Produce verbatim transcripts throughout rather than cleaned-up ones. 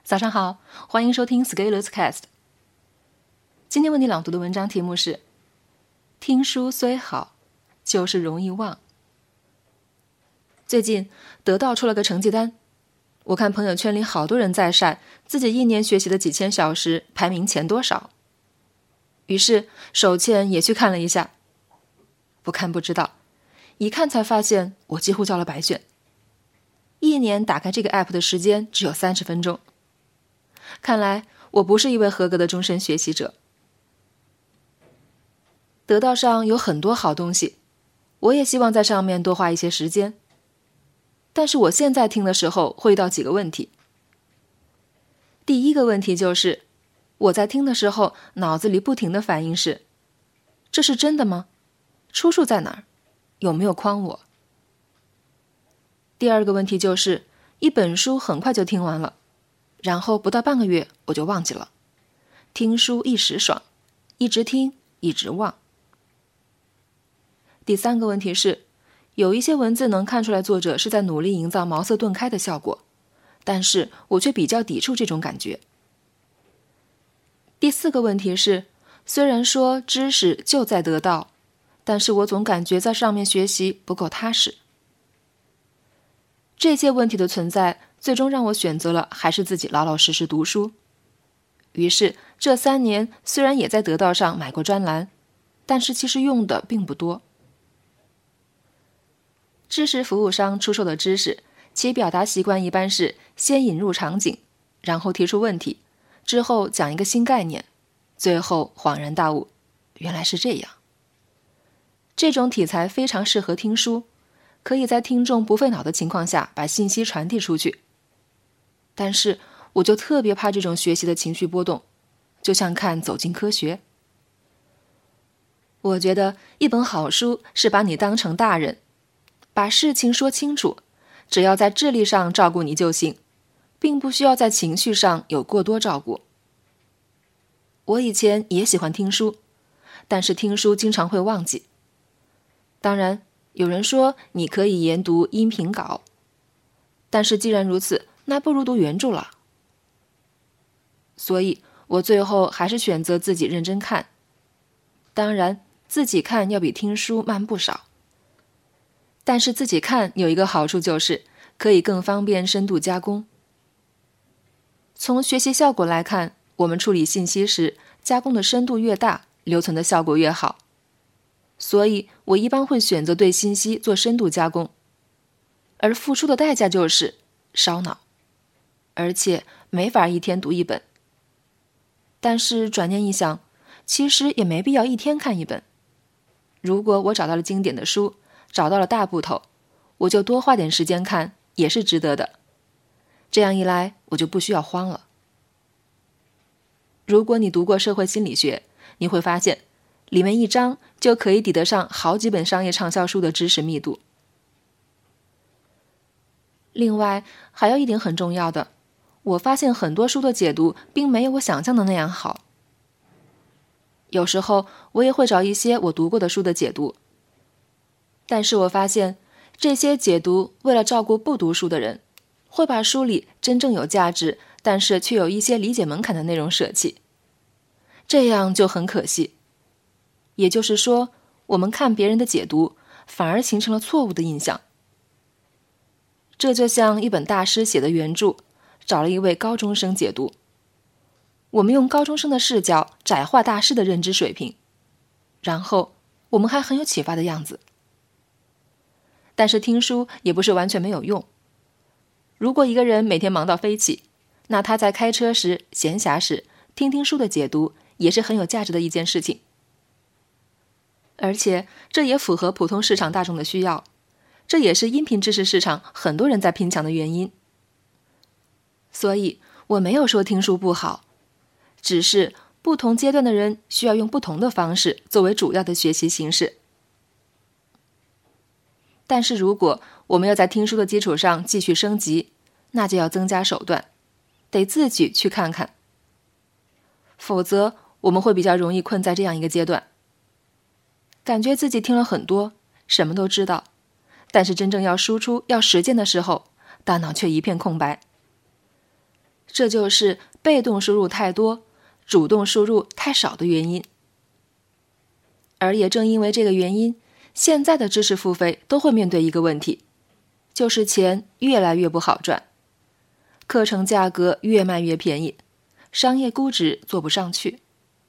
早上好，欢迎收听 Scalers Cast。 今天为你朗读的文章题目是听书虽好，就是容易忘。最近得到出了个成绩单，我看朋友圈里好多人在晒自己一年学习的几千小时排名前多少，于是手欠也去看了一下。不看不知道，一看才发现我几乎交了白卷，一年打开这个 app 的时间只有三十分钟。看来我不是一位合格的终身学习者。得到上有很多好东西，我也希望在上面多花一些时间。但是我现在听的时候会遇到几个问题。第一个问题就是，我在听的时候脑子里不停的反应是，这是真的吗？出处在哪儿？有没有诓我？第二个问题就是，一本书很快就听完了，然后不到半个月我就忘记了。听书一时爽，一直听一直忘。第三个问题是，有一些文字能看出来作者是在努力营造茅塞顿开的效果，但是我却比较抵触这种感觉。第四个问题是，虽然说知识就在得到，但是我总感觉在上面学习不够踏实。这些问题的存在最终让我选择了还是自己老老实实读书。于是这三年虽然也在得到上买过专栏，但是其实用的并不多。知识服务商出售的知识，其表达习惯一般是先引入场景，然后提出问题，之后讲一个新概念，最后恍然大悟，原来是这样。这种题材非常适合听书，可以在听众不费脑的情况下把信息传递出去。但是我就特别怕这种学习的情绪波动，就像看《走进科学》。我觉得一本好书是把你当成大人，把事情说清楚，只要在智力上照顾你就行，并不需要在情绪上有过多照顾。我以前也喜欢听书，但是听书经常会忘记。当然，有人说你可以研读音频稿，但是既然如此，那不如读原著了。所以我最后还是选择自己认真看。当然，自己看要比听书慢不少。但是自己看有一个好处，就是可以更方便深度加工。从学习效果来看，我们处理信息时，加工的深度越大，留存的效果越好。所以我一般会选择对信息做深度加工，而付出的代价就是烧脑，而且没法一天读一本。但是转念一想，其实也没必要一天看一本。如果我找到了经典的书，找到了大部头，我就多花点时间看，也是值得的。这样一来，我就不需要慌了。如果你读过社会心理学，你会发现里面一章就可以抵得上好几本商业畅销书的知识密度。另外还有一点很重要的，我发现很多书的解读并没有我想象的那样好。有时候我也会找一些我读过的书的解读，但是我发现这些解读为了照顾不读书的人，会把书里真正有价值但是却有一些理解门槛的内容舍弃，这样就很可惜。也就是说，我们看别人的解读反而形成了错误的印象。这就像一本大师写的原著，找了一位高中生解读，我们用高中生的视角窄化大师的认知水平，然后我们还很有启发的样子。但是听书也不是完全没有用。如果一个人每天忙到飞起，那他在开车时、闲暇时听听书的解读也是很有价值的一件事情。而且这也符合普通市场大众的需要，这也是音频知识市场很多人在拼抢的原因。所以我没有说听书不好，只是不同阶段的人需要用不同的方式作为主要的学习形式。但是如果我们要在听书的基础上继续升级，那就要增加手段，得自己去看看。否则我们会比较容易困在这样一个阶段，感觉自己听了很多，什么都知道，但是真正要输出、要实践的时候，大脑却一片空白。 这就是被动输入太多，主动输入太少的原因。而也正因为这个原因，现在的知识付费都会面对一个问题，就是钱越来越不好赚，课程价格越卖越便宜，商业估值做不上去。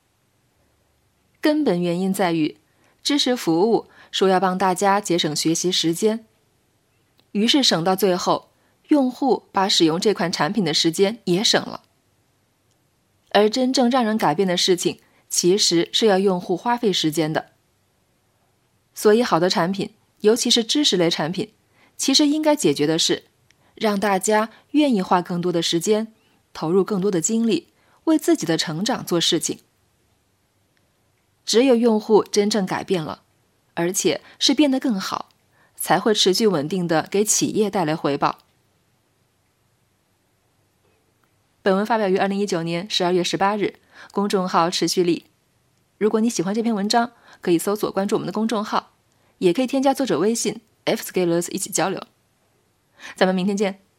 根本原因在于，知识服务说要帮大家节省学习时间，于是省到最后，用户把使用这款产品的时间也省了。而真正让人改变的事情，其实是要用户花费时间的。所以好的产品，尤其是知识类产品，其实应该解决的是，让大家愿意花更多的时间，投入更多的精力，为自己的成长做事情。只有用户真正改变了，而且是变得更好，才会持续稳定地给企业带来回报。本文发表于二零一九年十二月十八日，公众号持续力。如果你喜欢这篇文章，可以搜索关注我们的公众号，也可以添加作者微信 F Scalers 一起交流。咱们明天见。